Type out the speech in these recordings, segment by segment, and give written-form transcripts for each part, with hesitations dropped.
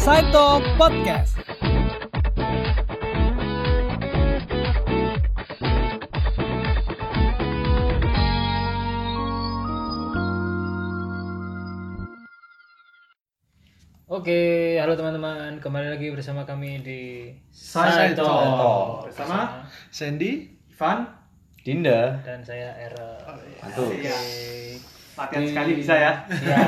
Saito Podcast. Oke, halo teman-teman, kembali lagi bersama kami di Saito bersama Sandy, Ivan, Dinda, dan saya Era. Mantul. Oke. latihan sekali bisa ya. Ya.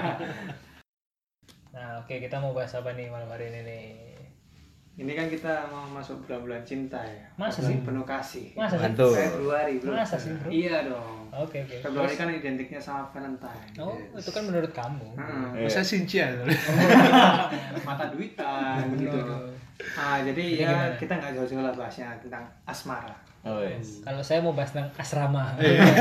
Nah, oke, kita mau bahas apa nih malam hari ini nih? Ini kan kita mau masuk bulan-bulan cinta ya. Masa Bulan sih? penuh kasih. Masa sih? Mantul. Februari, bro. Masa sih, bro? Iya dong. Oke. Februari kan identiknya sama Valentine. Oh, itu kan menurut kamu. Masa Sincia? Mata duitan gitu. Nah, jadi ya gimana? kita nggak jauh-jauh lah bahasnya tentang asmara. Oh yes. Kalau saya mau bahas tentang asrama.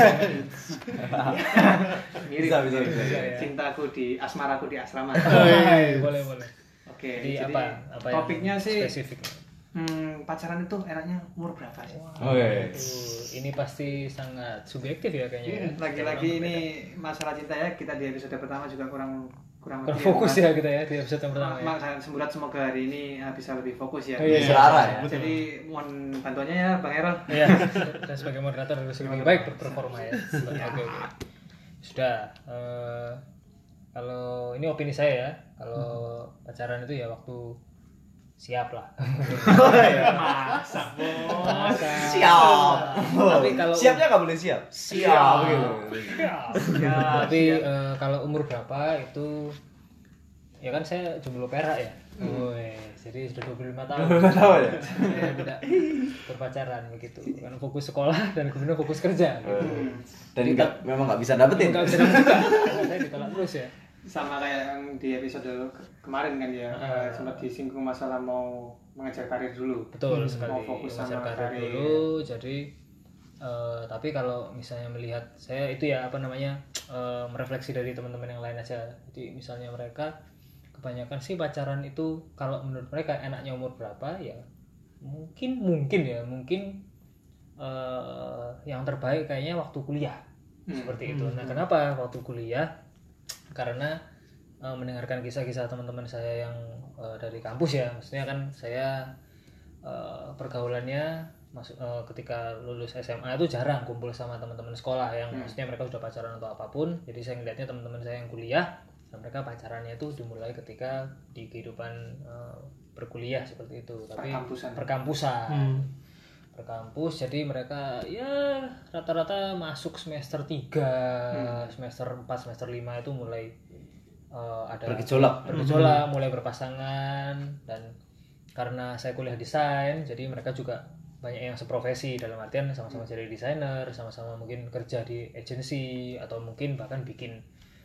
Mirip. Bisa. ya. Cintaku di asmaraku di asrama. Boleh. Oke, Jadi apa yang topiknya sih spesifiknya? pacaran itu enaknya umur berapa sih? Oh yes. Ini pasti sangat subjektif ya kayaknya. ya. Lagi-lagi ini masalah cinta ya, kita di episode pertama juga kurang Kurang lebih fokus mas- ya kita ya di episode yang pertama ya. Semburat semoga hari ini bisa lebih fokus ya. Oh, iya, Selera ya. Jadi mohon bantuannya ya Bang Errol. Iya, saya sebagai moderator harus lebih baik berperforma ya. Oke. Sudah. Kalau ini opini saya ya, kalau pacaran itu ya waktu siap lah. Masa, Siap. Tapi kalau Siapnya nggak boleh siap. Siap gitu. tapi kalau umur berapa itu ya kan saya jomblo perak ya. Woi, jadi sudah 25 tahun. 25 tahun ya? Saya tidak berpacaran begitu. Kan fokus sekolah dan kemudian fokus kerja. Gitu. Dan memang nggak bisa dapetin. Enggak bisa dapet juga. Karena saya ditolak terus ya. Sama kayak yang di episode kemarin kan ya, sempat disinggung masalah mau mengejar karir dulu. Betul sekali. Mau fokus Mengejar sama karir karir. dulu. Jadi tapi kalau misalnya melihat saya itu ya merefleksi dari teman-teman yang lain aja. Jadi misalnya mereka kebanyakan sih pacaran itu kalau menurut mereka enaknya umur berapa ya mungkin yang terbaik kayaknya waktu kuliah seperti itu. Nah, kenapa waktu kuliah? Karena mendengarkan kisah-kisah teman-teman saya yang dari kampus ya, maksudnya kan saya pergaulannya ketika lulus SMA itu jarang kumpul sama teman-teman sekolah yang maksudnya mereka sudah pacaran atau apapun. Jadi saya ngeliatnya teman-teman saya yang kuliah dan mereka pacarannya itu dimulai ketika di kehidupan berkuliah seperti itu, tapi perkampusan. Perkampus, jadi mereka ya rata-rata masuk semester 3, semester 4, semester 5 itu mulai ada Bergejolak, mulai berpasangan. Dan karena saya kuliah desain, jadi mereka juga banyak yang seprofesi, dalam artian sama-sama jadi desainer, sama-sama mungkin kerja di agensi atau mungkin bahkan bikin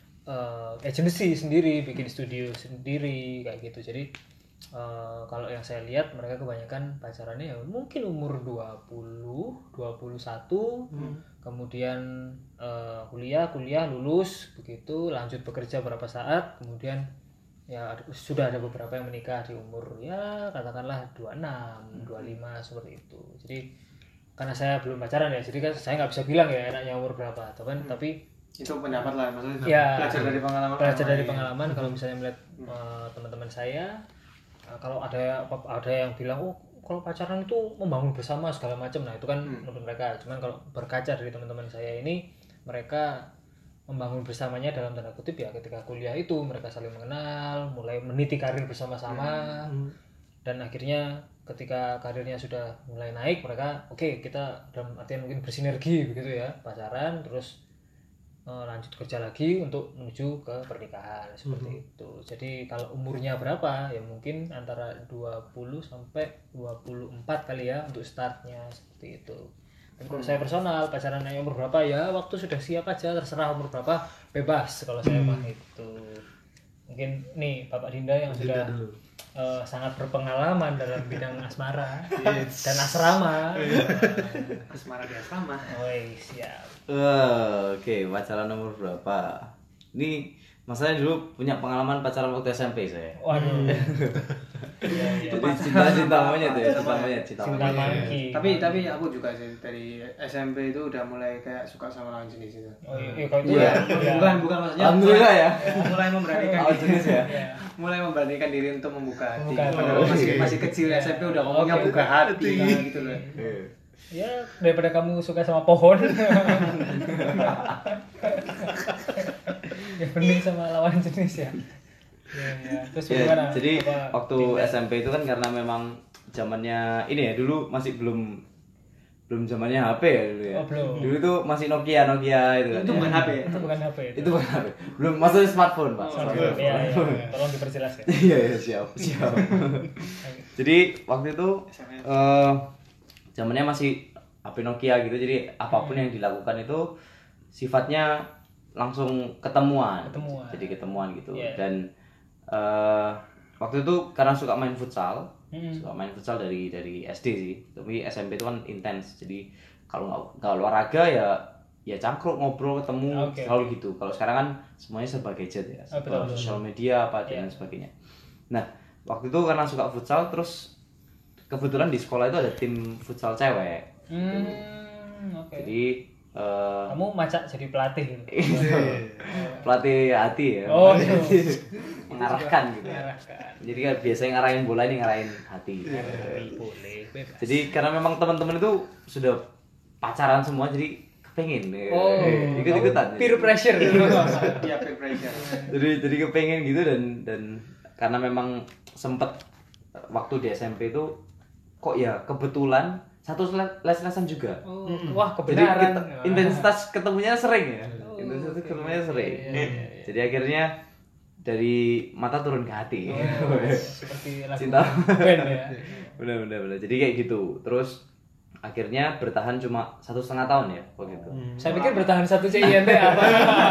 agensi sendiri, bikin studio sendiri kayak gitu. Jadi kalau yang saya lihat mereka kebanyakan pacarannya ya mungkin umur 20, 21, kemudian kuliah lulus begitu, lanjut bekerja berapa saat, kemudian ya sudah ada beberapa yang menikah di umur ya katakanlah 26, 25 seperti itu. Jadi karena saya belum pacaran ya, jadi kan saya nggak bisa bilang ya enaknya umur berapa, tapi Itu pendapat lah, maksudnya ya, belajar dari pengalaman. pengalaman. Kalau misalnya melihat teman-teman saya, kalau ada yang bilang kalau pacaran itu membangun bersama segala macam, nah itu kan menurut mereka. Cuman kalau berkaca dari teman-teman saya ini, mereka membangun bersamanya dalam tanda kutip ya ketika kuliah itu mereka saling mengenal, mulai meniti karir bersama-sama, dan akhirnya ketika karirnya sudah mulai naik, mereka kita dalam artian mungkin bersinergi begitu ya, pacaran terus lanjut kerja lagi untuk menuju ke pernikahan seperti itu. Jadi kalau umurnya berapa ya mungkin antara 20 sampai 24 kali ya untuk startnya seperti itu. Dan kalau saya personal pacaran umur berapa ya waktu sudah siap aja, terserah umur berapa, bebas kalau saya mah itu. Mungkin nih Bapak Dinda yang sudah sangat berpengalaman dalam bidang asmara dan asrama. Asmara di asrama. Siap. Oke, pacaran nomor berapa? Ini masalahnya dulu punya pengalaman pacaran waktu SMP saya. Waduh. Jadi cinta monyet ya, cinta monyet. Cinta monkey. Tapi aku juga sih dari SMP itu udah mulai kayak suka sama lawan jenis itu. Oh iya, kalau itu Iya. ya. Bukan maksudnya. Alhamdulillah ya. Mulai memberanikan Lawan jenis ya. mulai memberanikan diri untuk membuka hati. Membuka hati. Padahal masih kecil SMP udah ngomongnya Oke. buka hati gitu loh. Ya, daripada kamu suka sama pohon. Ya mending sama lawan jenis ya. Ya. Terus Ya, gimana? jadi Apa waktu pindah? SMP itu kan karena memang zamannya ini ya, dulu masih belum zamannya HP ya dulu ya. Oh, belum. Dulu tuh masih Nokia itu kan. Itu ya. bukan HP ya? Itu bukan HP itu. Itu bukan HP. Belum maksudnya smartphone, Pak. Smartphone. Iya, tolong diperjelas ya. Iya, siap. Jadi waktu itu zamannya masih HP Nokia gitu. Jadi apapun yang dilakukan itu sifatnya langsung ketemuan. Jadi ketemuan gitu. Yeah. Dan waktu itu karena suka main futsal, dari SD sih. Tapi SMP itu kan intens. Jadi kalau nggak olahraga ya cangkruk, ngobrol, ketemu, selalu gitu. Kalau sekarang kan semuanya serba gadget ya, serba sosial media apa dan sebagainya. Nah, waktu itu karena suka futsal, terus kebetulan di sekolah itu ada tim futsal cewek. Jadi kamu macak jadi pelatih gitu. pelatih hati ya. Oh, mengarahkan gitu. Jadi kan biasanya ngarahin bola, ini ngarahin hati. Boleh. Jadi karena memang teman-teman itu sudah pacaran semua, jadi kepengen ikut-ikutan. Peer pressure. Iya, peer pressure. Jadi kepengen gitu dan karena memang sempet waktu di SMP itu kok ya kebetulan satu les-lesan juga. Wah, Jadi kebenaran. intensitas ketemunya sering ya. Intensitas ketemunya sering. Jadi akhirnya dari mata turun ke hati. Seperti lagu Cinta. band ya. Bener. Jadi kayak gitu. Terus akhirnya bertahan cuma 1,5 tahun ya waktu itu. Saya pikir bertahan satu CINT apa?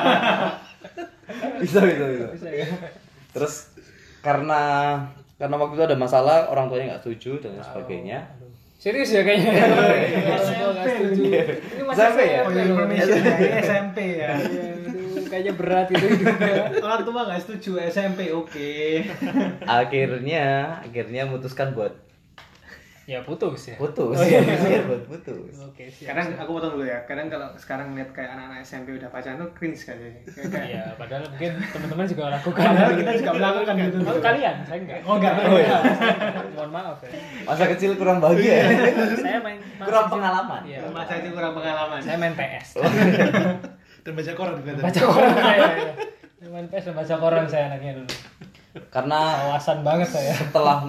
Bisa. Bisa ya. Terus karena waktu itu ada masalah, orang tuanya nggak setuju dan sebagainya. Serius ya kayaknya. Orang tua nggak setuju. Ini masih SMP ya? SMP ya. Kayaknya berat gitu hidupnya. Orang tua nggak setuju SMP, oke. Akhirnya memutuskan buat Ya putus ya. putus. Oh, iya. Buat putus. Oke, siap. Kadang aku potong dulu ya. Kadang kalau sekarang ngeliat kayak anak-anak SMP udah pacaran tuh cringe kayaknya. Kayak Iya, padahal mungkin teman-teman juga lakukan. padahal kita juga melakukan gitu. Oh, kalian, saya enggak. Oh, enggak. Oh, iya. Mohon maaf ya. Masa kecil kurang bahagia ya? Saya main Kurang pengalaman. Iya. Masa itu kurang pengalaman. Saya main PS. Dan baca koran juga. Baca koran saya. Saya main PS dan baca koran saya anaknya dulu. Karena Kawasan banget saya. setelah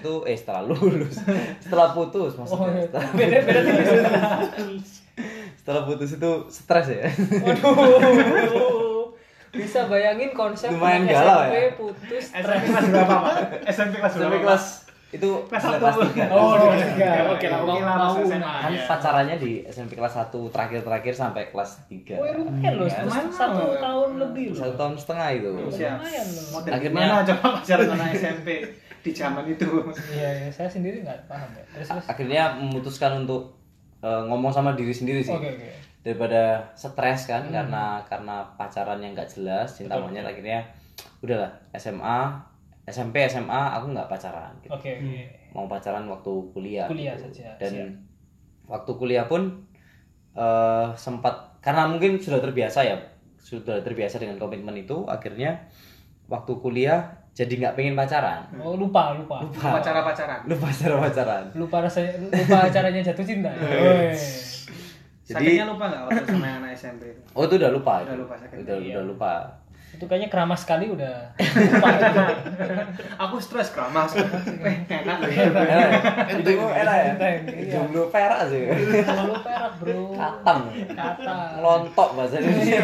putus maksudnya. Beda tipis. Setelah putus itu stres ya. Waduh. Bisa bayangin konsep Lumayan anak galau SMP ya. putus SMP kelas berapa, Pak? SMP kelas berapa? Sampai kelas itu Kelas kelas 1. 3. Oh, kelas 3. Oke lah, Mau masuk SMA. Kan Ya. pacarannya di SMP kelas 1 terakhir sampai kelas 3. Oh, lumayan loh, Ya, satu tahun lebih loh. 1 tahun setengah itu. Siap. Lumayan loh. Model Akhirnya- gimana coba pacaran anak SMP di zaman itu? Iya, saya sendiri nggak paham ya. Terus. Akhirnya memutuskan untuk ngomong sama diri sendiri sih. Oke. Daripada stres kan karena pacaran yang nggak jelas, cinta Betul. monyet, akhirnya udahlah SMP SMA aku nggak pacaran gitu. Oke. Mau pacaran waktu kuliah Kuliah gitu. saja, Dan siap. waktu kuliah pun sempat karena mungkin sudah terbiasa dengan komitmen itu, akhirnya waktu kuliah jadi nggak pengen pacaran, Oh, lupa. Pacaran-pacaran. lupa cara pacaran. Lupa caranya jatuh cinta. Woi. Jadi Sakitnya lupa nggak waktu sama anak SMP itu? oh itu udah lupa Udah itu. lupa sakit. udah lupa. Itu kayaknya keramas sekali udah lupa. Aku stres keramas. Enak loh. Itu enak ya. Iya. Jomblo perak sih. Terlalu perak, Bro. Katang. Kata. Ngelontok bahasa Indonesia.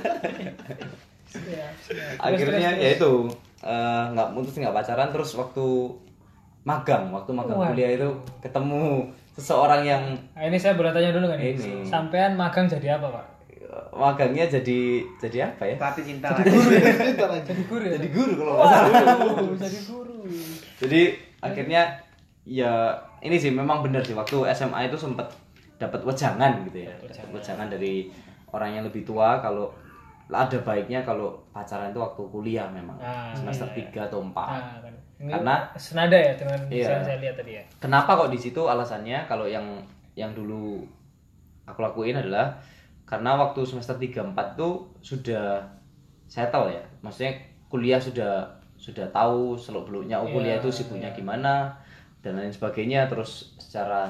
Siap. Akhirnya Terus. ya itu nggak pacaran, terus waktu magang Wah. kuliah itu ketemu seseorang yang Nah, ini saya boleh tanya dulu kan Ini. Sampean magang jadi apa, Pak? magangnya jadi apa ya? Pelatih cinta. Jadi guru ya? Jadi guru kalau nggak salah. Jadi guru. Jadi akhirnya ya ini sih memang benar sih, waktu SMA itu sempat dapat wejangan gitu ya. Dapat wejangan dari orang yang lebih tua kalau ada baiknya kalau pacaran itu waktu kuliah memang semester 3 atau 4. Karena senada ya dengan iya, saya lihat tadi ya. Kenapa kok di situ alasannya kalau yang dulu aku lakuin adalah karena waktu semester 3 4 tuh sudah saya tahu ya, maksudnya kuliah sudah tahu seluk-beluknya kuliah itu sibuknya gimana dan lain sebagainya, terus secara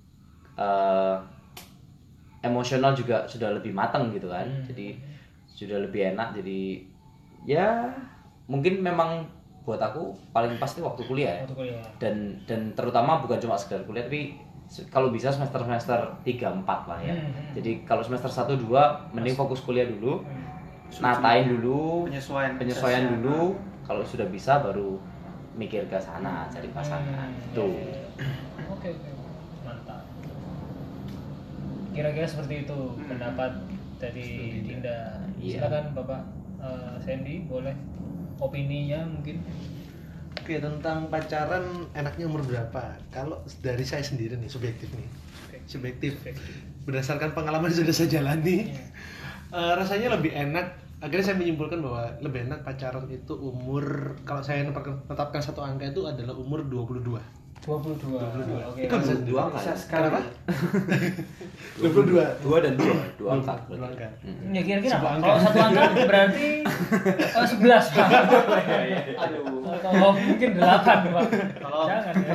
emosional juga sudah lebih matang gitu kan. Jadi sudah lebih enak, jadi ya mungkin memang buat aku paling pasti waktu kuliah ya. Dan terutama bukan cuma sekedar kuliah, tapi kalau bisa semester 3 4 lah ya. Jadi kalau semester 1 2 mending fokus kuliah dulu. Natain dulu, penyesuaian dulu. Kalau sudah bisa baru mikir ke sana cari pasangan. Tuh. Oke. Mantap. Kira-kira seperti itu pendapat dari Dinda. Silakan Bapak Sandy, boleh opininya mungkin. Oke, tentang pacaran enaknya umur berapa? Kalau dari saya sendiri nih, subjektif. Berdasarkan pengalaman yang sudah saya jalani, rasanya lebih enak. Akhirnya saya menyimpulkan bahwa lebih enak pacaran itu umur, kalau saya menetapkan satu angka itu adalah umur 22. 22. Oke. Itu 2 angka. Kenapa? 22. 2 dan 2 angka. Ya kira-kira kalau satu angka berarti 11. Aduh. Kalau mungkin 8, Pak. Jangan ya.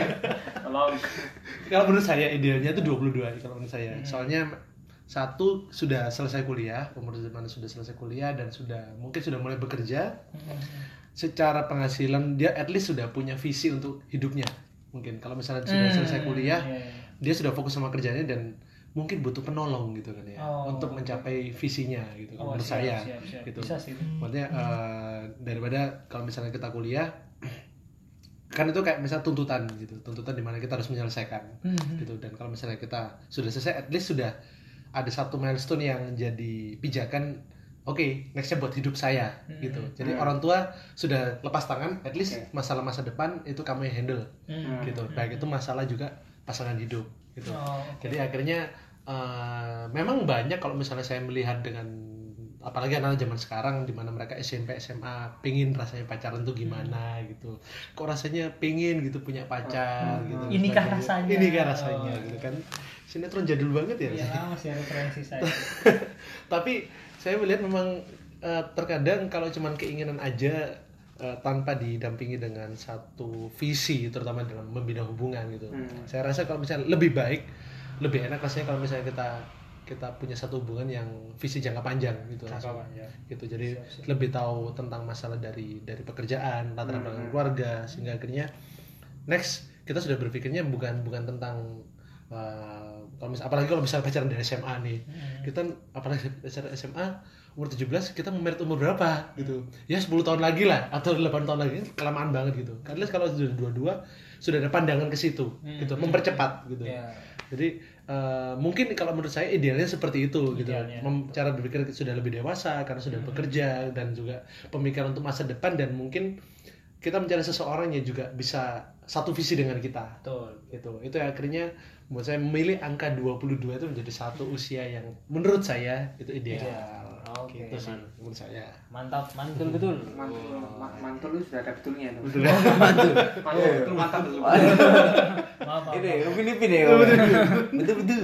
Kalau menurut saya idealnya itu 22 kalau menurut saya. Soalnya satu sudah selesai kuliah, umur mana sudah selesai kuliah dan mungkin sudah mulai bekerja. Secara penghasilan dia at least sudah punya visi untuk hidupnya. Mungkin kalau misalnya sudah selesai kuliah, dia sudah fokus sama kerjanya dan mungkin butuh penolong gitu kan ya, untuk mencapai visinya gitu. Menurut saya gitu. Maksudnya daripada kalau misalnya kita kuliah kan itu kayak misalnya tuntutan di mana kita harus menyelesaikan gitu. Dan kalau misalnya kita sudah selesai, at least sudah ada satu milestone yang jadi pijakan. Oke, nextnya buat hidup saya gitu. Jadi orang tua sudah lepas tangan, at least masalah masa depan itu kamu yang handle gitu. Baik itu masalah juga pasangan hidup gitu. Jadi akhirnya memang banyak kalau misalnya saya melihat dengan apalagi anak zaman sekarang di mana mereka SMP SMA pengin rasanya pacaran tuh gimana gitu. Kok rasanya pengin gitu punya pacar gitu. Inikah rasanya gitu kan. Sinetron jadul banget ya. Iya, masih referensi saya. Tapi saya melihat memang terkadang kalau cuman keinginan aja tanpa didampingi dengan satu visi, terutama dalam membina hubungan gitu. Saya rasa kalau misalnya lebih enak rasanya kalau misalnya kita punya satu hubungan yang visi jangka panjang gitu. Gitu. Jadi lebih tahu tentang masalah dari pekerjaan, latar belakang keluarga, sehingga akhirnya next kita sudah berpikirnya bukan tentang apalagi kalau misalnya pacaran dari SMA nih, kita apalagi pacaran SMA umur 17 kita merit umur berapa gitu ya, 10 tahun lagi lah atau 8 tahun lagi, kelamaan banget gitu. Karena kalau sudah 22 sudah ada pandangan ke situ gitu, mempercepat gitu. Jadi mungkin kalau menurut saya idealnya seperti itu gitu. Cara berpikir sudah lebih dewasa karena sudah bekerja dan juga pemikiran untuk masa depan, dan mungkin kita mencari seseorang yang juga bisa satu visi dengan kita. Betul. Gitu. Itu akhirnya buat saya memilih angka 22 itu menjadi satu usia yang menurut saya itu ideal. Oke. Gitu sih menurut saya. Mantap, mantul betul. Mantul itu sudah ada betulnya tuh. Mantul. Mantap betul. Maaf. Ini Filipin ya. Betul.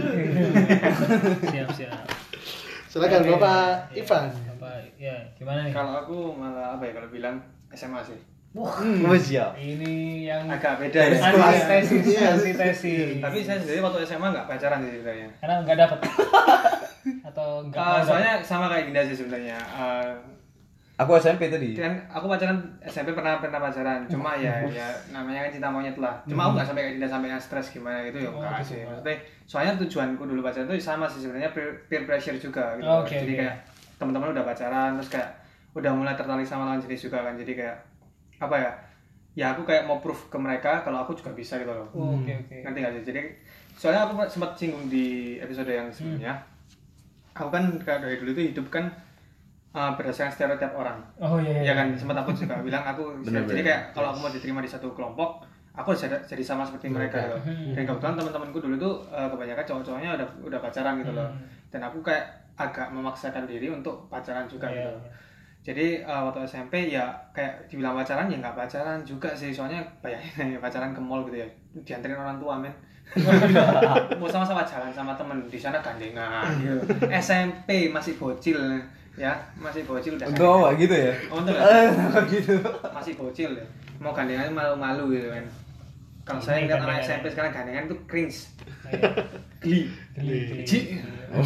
Siap. Silakan Bapak Ivan. Bapak, ya gimana nih? Kalau aku malah kalau bilang SMA sih. Siap. Ini yang agak beda ya. Antitesis. Tapi saya sendiri waktu SMA nggak pacaran sih sebenarnya. Karena nggak dapet. Atau nggak soalnya sama kayak Dinda sih sebenarnya. Aku SMP tadi. Dan aku pacaran SMP pernah pacaran. Cuma ya namanya kan cinta monyet lah. Cuma aku nggak sampai kayak Dinda sampai yang stres gimana gitu ya enggak sih. Maksudnya soalnya tujuanku dulu pacaran itu sama sih sebenarnya, peer pressure juga gitu. Jadi kayak teman-teman udah pacaran terus kayak udah mulai tertarik sama lawan jenis juga kan. Jadi kayak apa ya aku kayak mau proof ke mereka kalau aku juga bisa gitu loh. Oke. Ngerti nggak sih? Jadi soalnya aku sempat singgung di episode yang sebelumnya. Aku kan dari dulu itu hidup kan berdasarkan stereotip orang. Oh iya. Ya kan sempat aku juga bilang aku jadi kayak kalau aku mau diterima di satu kelompok, aku jadi sama seperti mereka gitu. Dan kebetulan teman-temanku dulu tuh kebanyakan cowok-cowoknya udah pacaran gitu loh. Dan aku kayak agak memaksakan diri untuk pacaran juga Iya, gitu. iya. Jadi waktu SMP ya kayak dibilang pacaran ya nggak pacaran juga sih, soalnya bayangin pacaran ke mall gitu ya, dianterin orang tua men. Mau sama-sama jalan sama temen di sana gandengan gitu. SMP masih bocil ya, masih bocil udah Enggak wah gitu ya. Untuk Gitu. masih bocil ya, mau gandengan malu-malu gitu kan. Kalau saya lihat anak SMP sekarang gandengan itu cringe, geli, jijik.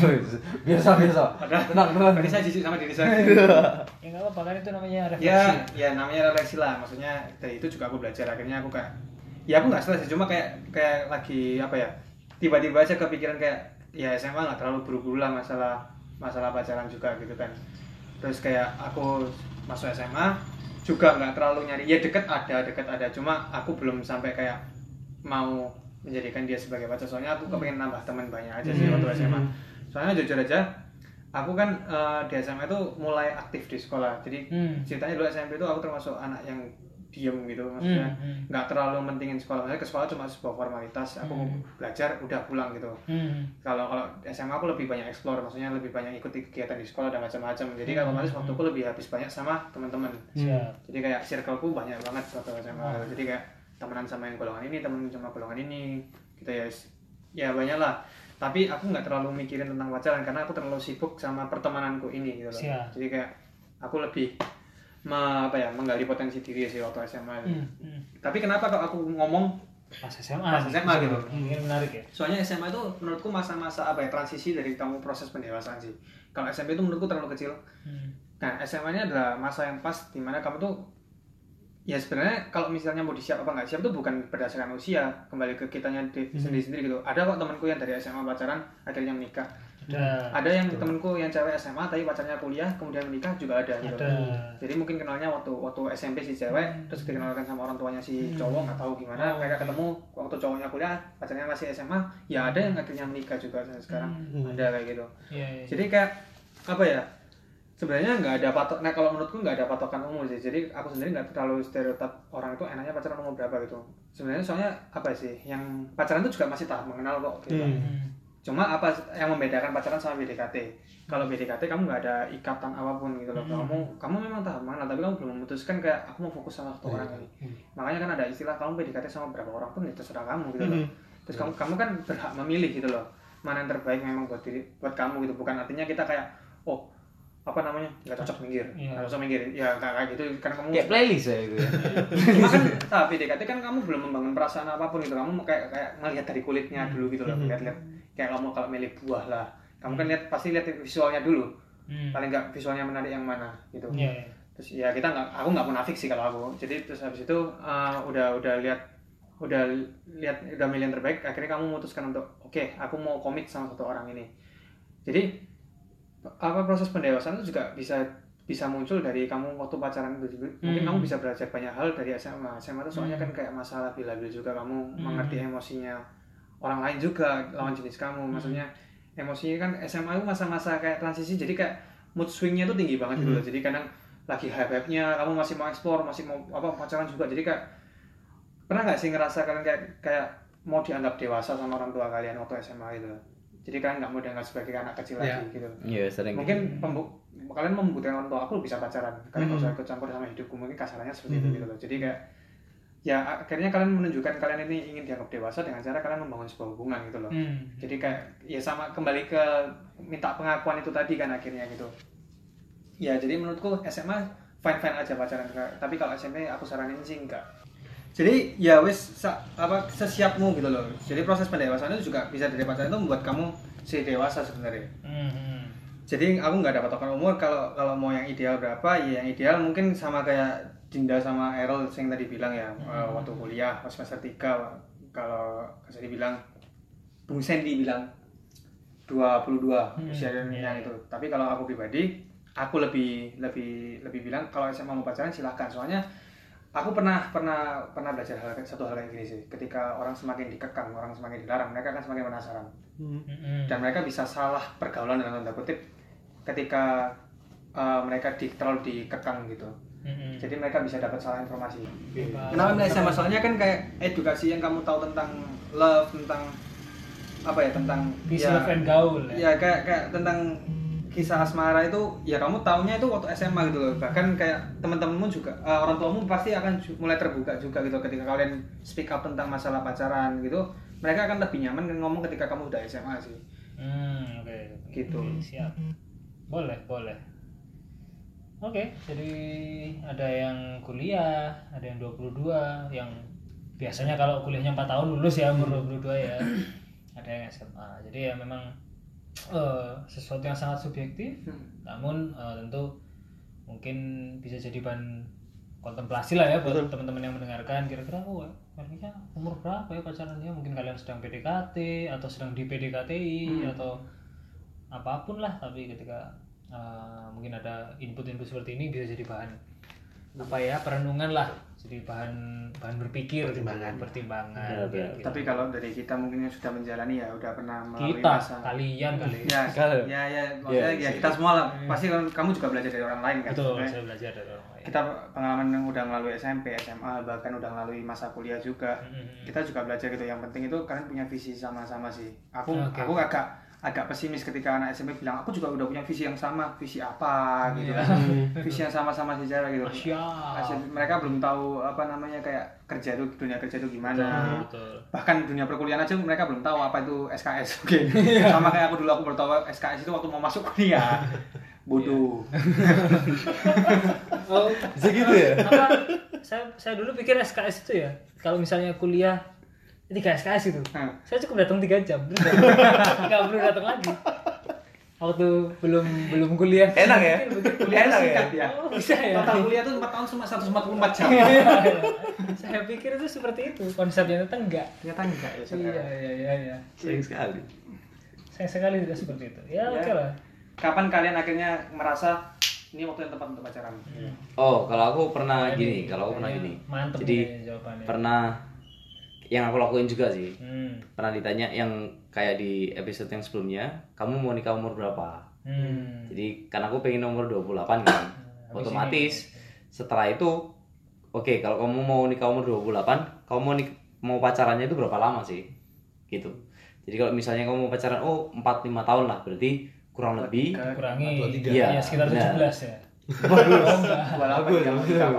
Biasa. Tenang. Berarti saya jijik sama diri saya. Ya nggak apa-apa kan, itu namanya refleksi. Ya namanya refleksi lah. Maksudnya dari itu juga aku belajar. Akhirnya aku kayak, ya aku nggak stres, cuma kayak lagi apa ya? Tiba-tiba aja kepikiran kayak, ya SMA nggak terlalu buru-buru lah masalah pacaran juga gitu kan. Terus kayak aku masuk SMA juga nggak terlalu nyari, ya deket ada, cuma aku belum sampai kayak mau menjadikan dia sebagai pacar. Soalnya aku kepengen nambah teman banyak aja sih waktu SMA. Soalnya jujur aja, aku kan di SMA itu mulai aktif di sekolah. Jadi ceritanya dulu SMP itu aku termasuk anak yang diem gitu, maksudnya nggak terlalu mentingin sekolah. Maksudnya ke sekolah cuma sebuah formalitas, aku mau belajar udah pulang gitu. Kalau SMA aku lebih banyak explore, maksudnya lebih banyak ikuti kegiatan di sekolah dan macam-macam. Jadi kalau otomatis waktuku lebih habis banyak sama teman-teman. Jadi kayak circleku banyak banget waktu SMA. Jadi kayak temenan sama yang golongan ini, temenan sama golongan ini, gitu ya. Ya banyak lah. Tapi aku nggak terlalu mikirin tentang pacaran karena aku terlalu sibuk sama pertemananku ini gitu loh. Jadi kayak aku lebih menggali potensi diri sih waktu SMA. Tapi kenapa kalau aku ngomong Pas SMA gitu? Ini menarik ya. Soalnya SMA itu menurutku masa-masa transisi dari kamu proses pendewasaan sih. Kalau SMP itu menurutku terlalu kecil. Nah, SMA ini adalah masa yang pas dimana kamu tuh, ya sebenarnya kalau misalnya mau disiap apa nggak siap tuh bukan berdasarkan usia, kembali ke kitanya sendiri-sendiri gitu. Ada kok temanku yang dari SMA pacaran akhirnya menikah. Ada yang temanku yang cewek SMA tapi pacarnya kuliah kemudian menikah juga ada gitu. Jadi mungkin kenalnya waktu SMP si cewek, terus dikenalkan sama orang tuanya si cowok, nggak tahu gimana, mereka ketemu waktu cowoknya kuliah, pacarnya masih SMA, ya ada yang akhirnya menikah juga sekarang. Ada kayak gitu. Jadi kayak apa ya? Sebenarnya nggak ada patok. Nah kalau menurutku nggak ada patokan umur sih. Jadi aku sendiri nggak terlalu stereotip orang itu enaknya pacaran umur berapa gitu. Sebenarnya soalnya apa sih? Yang pacaran itu juga masih tahap mengenal kok. Gitu. Cuma apa yang membedakan pacaran sama PDKT? Kalau PDKT kamu nggak ada ikatan apapun gitu loh. Kamu memang tahap mengenal, tapi kamu belum memutuskan kayak aku mau fokus sama satu orang ini. Makanya kan ada istilah kamu PDKT sama berapa orang pun ya terserah kamu gitu loh. Terus kamu kan berhak memilih gitu loh. Mana yang terbaik memang buat kamu gitu. Bukan artinya kita kayak apa namanya nggak cocok minggir, ya kayak gitu kan kamu kayak playlist ya itu ya. Cuma kan tapi PDKT kan kamu belum membangun perasaan apapun gitu, kamu kayak ngelihat dari kulitnya dulu gitu loh, lihat kayak kamu kalau milih buah lah, kamu kan pasti lihat visualnya dulu, paling nggak visualnya menarik yang mana gitu. Terus ya aku nggak munafik sih kalau aku, jadi terus habis itu udah milih yang terbaik, akhirnya kamu memutuskan untuk oke, aku mau komit sama satu orang ini. Jadi proses pendewasaan itu juga bisa muncul dari kamu waktu pacaran itu. Mungkin kamu bisa belajar banyak hal dari SMA itu soalnya kan kayak masalah labil juga, kamu mengerti emosinya orang lain juga, lawan jenis kamu. Maksudnya emosinya kan SMA itu masa-masa kayak transisi, jadi kayak mood swingnya itu tinggi banget gitu loh. Jadi kadang lagi hype-nya kamu masih mau explore, masih mau pacaran juga. Jadi kayak pernah nggak sih ngerasa kalian kayak mau dianggap dewasa sama orang tua kalian waktu SMA gitu? Jadi kalian nggak mau dianggap sebagai anak kecil lagi gitu. Iya, sering. Mungkin kalian membuktikan orang tua aku bisa pacaran, kalian nggak usah ikut campur sama hidupku, mungkin kasarannya seperti itu gitu loh. Jadi kayak ya akhirnya kalian menunjukkan kalian ini ingin dianggap dewasa dengan cara kalian membangun sebuah hubungan gitu loh. Jadi kayak ya sama kembali ke minta pengakuan itu tadi kan akhirnya gitu. Ya jadi menurutku SMA fine aja pacaran, tapi kalau SMP aku saranin sih enggak. Jadi ya sesiapmu gitu loh. Jadi proses pendewasaan itu juga bisa dari pacaran itu membuat kamu si dewasa sebenarnya. Jadi aku nggak ada patokan umur. Kalau mau yang ideal berapa, ya yang ideal mungkin sama kayak Dinda sama Errol yang tadi bilang ya, waktu kuliah pas semester 3 kalau saya bilang, Bung Sandy bilang 22 usianya itu. Tapi kalau aku pribadi, aku lebih bilang kalau SMA mau pacaran silahkan. Soalnya aku pernah belajar satu hal yang gini sih. Ketika orang semakin dikekang, orang semakin dilarang, mereka akan semakin penasaran. Dan mereka bisa salah pergaulan dalam tanda kutip ketika mereka terlalu dikekang gitu. Jadi mereka bisa dapat salah informasi. Kenapa milih SMA? Soalnya kan kayak edukasi yang kamu tahu tentang love, tentang apa ya, tentang love and gaul ya kayak tentang kisah asmara itu ya kamu taunya itu waktu SMA gitu loh. Bahkan kayak teman-temanmu juga orang tuamu pasti akan mulai terbuka juga gitu ketika kalian speak up tentang masalah pacaran gitu. Mereka akan lebih nyaman ngomong ketika kamu udah SMA sih. Oke. Gitu. Siap. Boleh. Oke, jadi ada yang kuliah, ada yang 22, yang biasanya kalau kuliahnya 4 tahun lulus ya umur 22 ya. Ada yang SMA. Jadi ya memang sesuatu yang sangat subjektif, namun tentu mungkin bisa jadi bahan kontemplasi lah ya buat teman-teman yang mendengarkan. Kira-kira harusnya umur berapa ya pacarannya? Mungkin kalian sedang PDKT atau sedang di PDKTI atau apapun lah, tapi ketika mungkin ada input-input seperti ini bisa jadi bahan perenungan lah, jadi bahan berpikir, pertimbangan. Gitu. Tapi kalau dari kita mungkin yang sudah menjalani ya udah pernah melalui Kita, masa kalian kali. maksudnya ya kita semua lah. Pasti kamu juga belajar dari orang lain kan. Betul, saya belajar dari orang lain. Kita pengalaman yang udah melalui SMP, SMA, bahkan udah melalui masa kuliah juga. Kita juga belajar gitu. Yang penting itu kalian punya visi sama-sama sih. Aku agak pesimis ketika anak SMP bilang aku juga udah punya visi yang sama, visi apa gitu kan. Visi yang sama-sama sejarah gitu. Mereka belum tahu apa namanya kayak dunia kerja itu gimana. Betul. Bahkan dunia perkuliahan aja mereka belum tahu apa itu SKS. Oke. Sama kayak aku baru tahu SKS itu waktu mau masuk kuliah. Bodoh. Segitu ya? Saya dulu pikir SKS itu ya, kalau misalnya kuliah 3 SKS itu, saya cukup datang 3 jam, terus nggak perlu datang lagi. Waktu belum kuliah. Enak ya? Enak ya? Oh, bisa ya? Total kuliah tuh 4 tahun cuma 144 jam. Saya pikir itu seperti itu, konsepnya ternyata enggak. Ternyata enggak ya. Iya. Sayang sekali. Sayang sekali tidak seperti itu. Ya oke lah. Kapan kalian akhirnya merasa ini waktu yang tepat untuk pacaran? Oh, kalau aku pernah gini. Mantep Jadi nih jawabannya. pernah yang aku lakuin juga sih. Pernah ditanya yang kayak di episode yang sebelumnya, kamu mau nikah umur berapa? Jadi kan aku pengen umur 28 kan. Otomatis setelah itu oke, kalau kamu mau nikah umur 28, kamu mau pacarannya itu berapa lama sih? Gitu. Jadi kalau misalnya kamu mau pacaran 4-5 tahun lah, berarti kurang lebih kurangi 23. ya sekitar 17 ya. Bagus.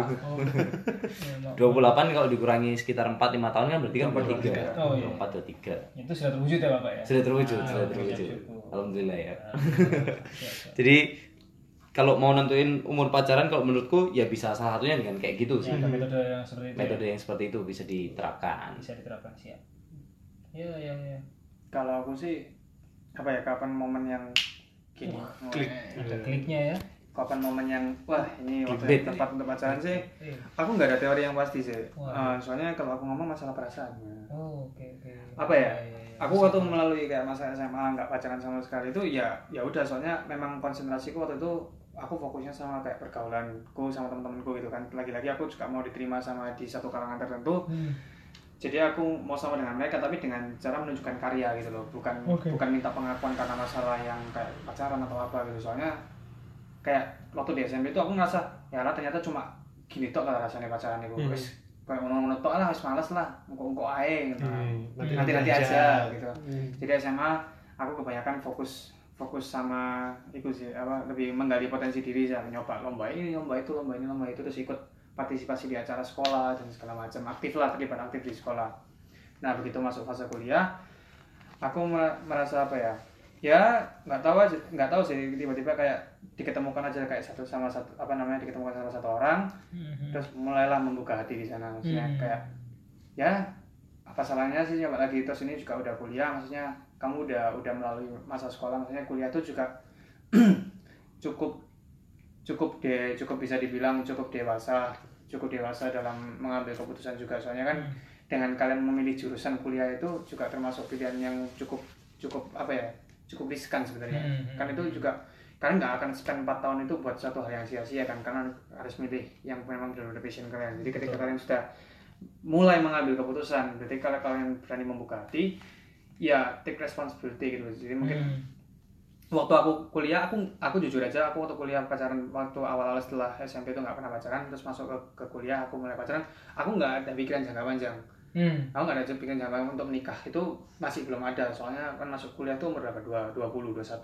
28 kalau dikurangi sekitar 4-5 tahun kan berarti kan 23. Oh iya. 4-23. Itu sudah terwujud ya Bapak ya? Sudah terwujud. Alhamdulillah ya. Jadi kalau mau nentuin umur pacaran, kalau menurutku ya bisa salah satunya dengan kayak gitu sih. Metode yang seperti itu. Metode yang seperti itu bisa diterapkan. Bisa diterapkan siap. Iya. Kalau aku sih kapan momen yang gini. Ada kliknya ya. Kapan momen yang ini waktu yang tepat untuk pacaran sih. Aku nggak ada teori yang pasti sih. Soalnya kalau aku ngomong masalah perasaan. Oke. Apa ya? Aku waktu melalui kayak masa SMA nggak pacaran sama sekali itu ya udah, soalnya memang konsentrasiku waktu itu aku fokusnya sama kayak pergaulanku sama teman-temanku gitu kan. Lagi-lagi aku juga mau diterima sama di satu kalangan tertentu. Jadi aku mau sama dengan mereka tapi dengan cara menunjukkan karya gitu loh, bukan minta pengakuan karena masalah yang kayak pacaran atau apa gitu. Soalnya kayak waktu di SMP itu aku ngerasa ya lah ternyata cuma gini tok lah rasanya pacaran itu. Wis kayak ngono-ngono tok lah, wis males lah, engko ae gitu. Nanti aja gitu. Jadi SMA aku kebanyakan fokus sama itu sih, lebih menggali potensi diri sih, nyoba lomba ini, lomba itu terus ikut partisipasi di acara sekolah dan segala macam, terlibat aktif di sekolah. Nah begitu masuk fase kuliah, aku merasa ya nggak tahu sih, tiba-tiba kayak diketemukan aja kayak diketemukan sama satu orang, terus mulailah membuka hati di sana. Maksudnya kayak ya apa salahnya sih nyoba lagi, terus ini juga udah kuliah, maksudnya kamu udah melalui masa sekolah, maksudnya kuliah tuh juga cukup bisa dibilang cukup dewasa dalam mengambil keputusan juga. Soalnya kan dengan kalian memilih jurusan kuliah itu juga termasuk pilihan yang cukup riskan sebenarnya. Kan itu juga kalian nggak akan spend 4 tahun itu buat satu hal yang sia-sia kan, karena harus milih yang memang benar-benar passion kalian. Jadi ketika kalian sudah mulai mengambil keputusan, berarti kalau kalian berani membuka hati, ya take responsibility gitu. Jadi mungkin waktu aku kuliah, aku jujur aja, aku waktu kuliah pacaran, waktu awal-awal setelah SMP itu nggak pernah pacaran, terus masuk ke kuliah aku mulai pacaran, aku nggak ada pikiran jangka panjang. Aku nggak ada pikiran jangka panjang untuk menikah, itu masih belum ada. Soalnya kan masuk kuliah tuh umur berapa? 20, 21.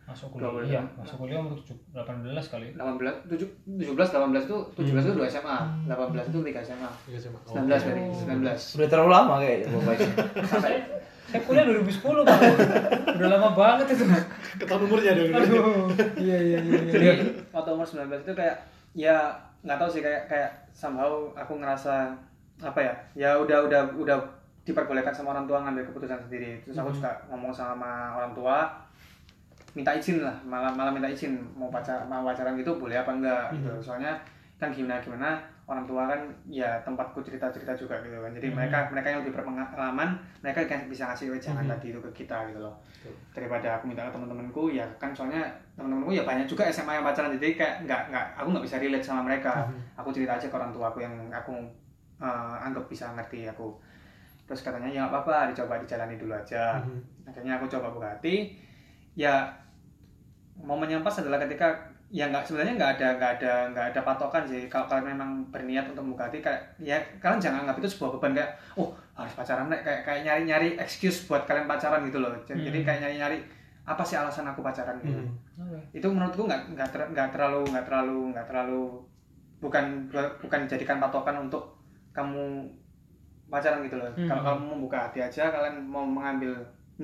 Masuk kuliah. Masuk kuliah umur 18 kali. 17 18 itu 17 itu 2 SMA, 18 itu 3 SMA. 19 berarti, 19. Udah terlalu lama kayaknya bapaknya. Saya kuliah 2010 Pak. Udah lama banget itu. Ketahuan umurnya dong. Aduh. Iya. Jadi waktu umur 19 itu kayak ya nggak tahu sih kayak somehow aku ngerasa apa ya? Ya udah diperbolehkan sama orang tua ngambil keputusan sendiri. Terus aku juga ngomong sama orang tua minta izin lah, malah minta izin mau pacaran gitu boleh apa enggak gitu. Soalnya kan gimana orang tua kan ya tempatku cerita juga gitu kan. Jadi mereka yang lebih berpengalaman, mereka kan bisa ngasih wejangan tadi itu ke kita gitu loh. Daripada aku minta ke teman-temanku ya kan, soalnya teman-temanku ya banyak juga SMA yang pacaran, jadi kayak aku nggak bisa relate sama mereka. Aku cerita aja ke orang tua aku yang aku anggap bisa ngerti aku. Terus katanya ya nggak apa-apa, dijalani dulu aja. Akhirnya aku coba buka hati. Ya momennya pas adalah ketika ya sebenarnya nggak ada patokan sih. Kalau kalian memang berniat untuk membuka hati, kayak ya kalian jangan anggap itu sebuah beban kayak harus pacaran, kayak nyari excuse buat kalian pacaran gitu loh. Jadi kayak nyari apa sih alasan aku pacaran gitu. Itu menurutku nggak terlalu bukan jadikan patokan untuk kamu pacaran gitu loh. Kalau kamu membuka hati aja, kalian mau mengambil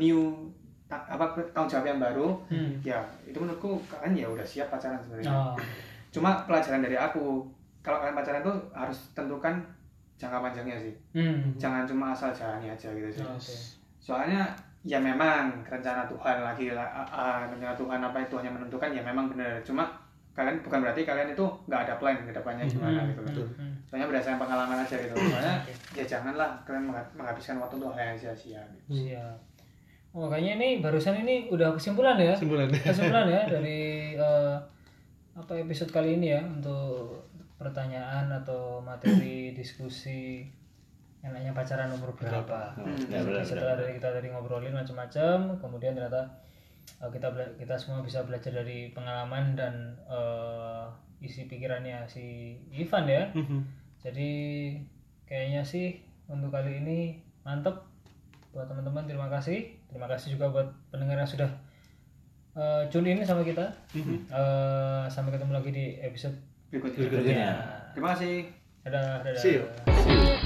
tanggung jawab yang baru, ya itu menurutku kalian ya udah siap pacaran sebenarnya. Cuma pelajaran dari aku, kalau kalian pacaran tuh harus tentukan jangka panjangnya sih. Jangan cuma asal jalani aja gitu sih. Soalnya ya memang rencana Tuhan rencana Tuhan apa itu hanya menentukan, ya memang benar. Cuma kalian bukan berarti kalian itu nggak ada plan ke depannya gimana gitu. Soalnya berdasarkan pengalaman aja gitu. Soalnya ya janganlah kalian menghabiskan waktu untuk hal yang sia-sia gitu. Siap. Oh, kayaknya ini barusan ini udah kesimpulan ya ya dari episode kali ini ya, untuk pertanyaan atau materi diskusi enaknya pacaran umur berapa. Setelah kita tadi ngobrolin macam-macam, kemudian ternyata kita semua bisa belajar dari pengalaman dan isi pikirannya si Ivan ya. Jadi kayaknya sih untuk kali ini mantep buat teman-teman. Terima kasih juga buat pendengar yang sudah tune in sama kita. Sampai ketemu lagi di episode berikutnya. Terima kasih. Dadah. See you.